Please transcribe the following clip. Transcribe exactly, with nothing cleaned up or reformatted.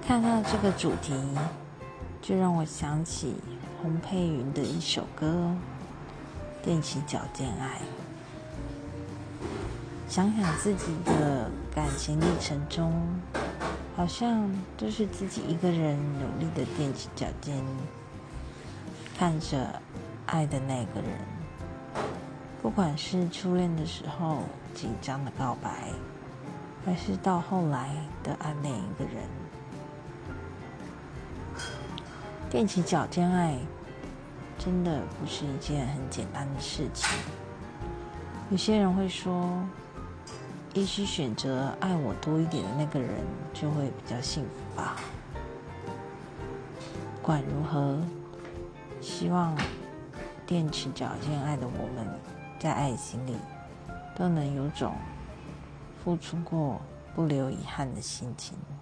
看到这个主题，就让我想起洪佩云的一首歌《踮起脚尖爱》。想想自己的感情历程中，好像都是自己一个人努力的踮起脚尖，看着爱的那个人，不管是初恋的时候紧张的告白，还是到后来的暗恋一个人，踮起脚尖爱真的不是一件很简单的事情。有些人会说，也许选择爱我多一点的那个人就会比较幸福吧。不管如何，希望踮起脚尖爱的我们，在爱情里都能有种付出过不留遗憾的心情。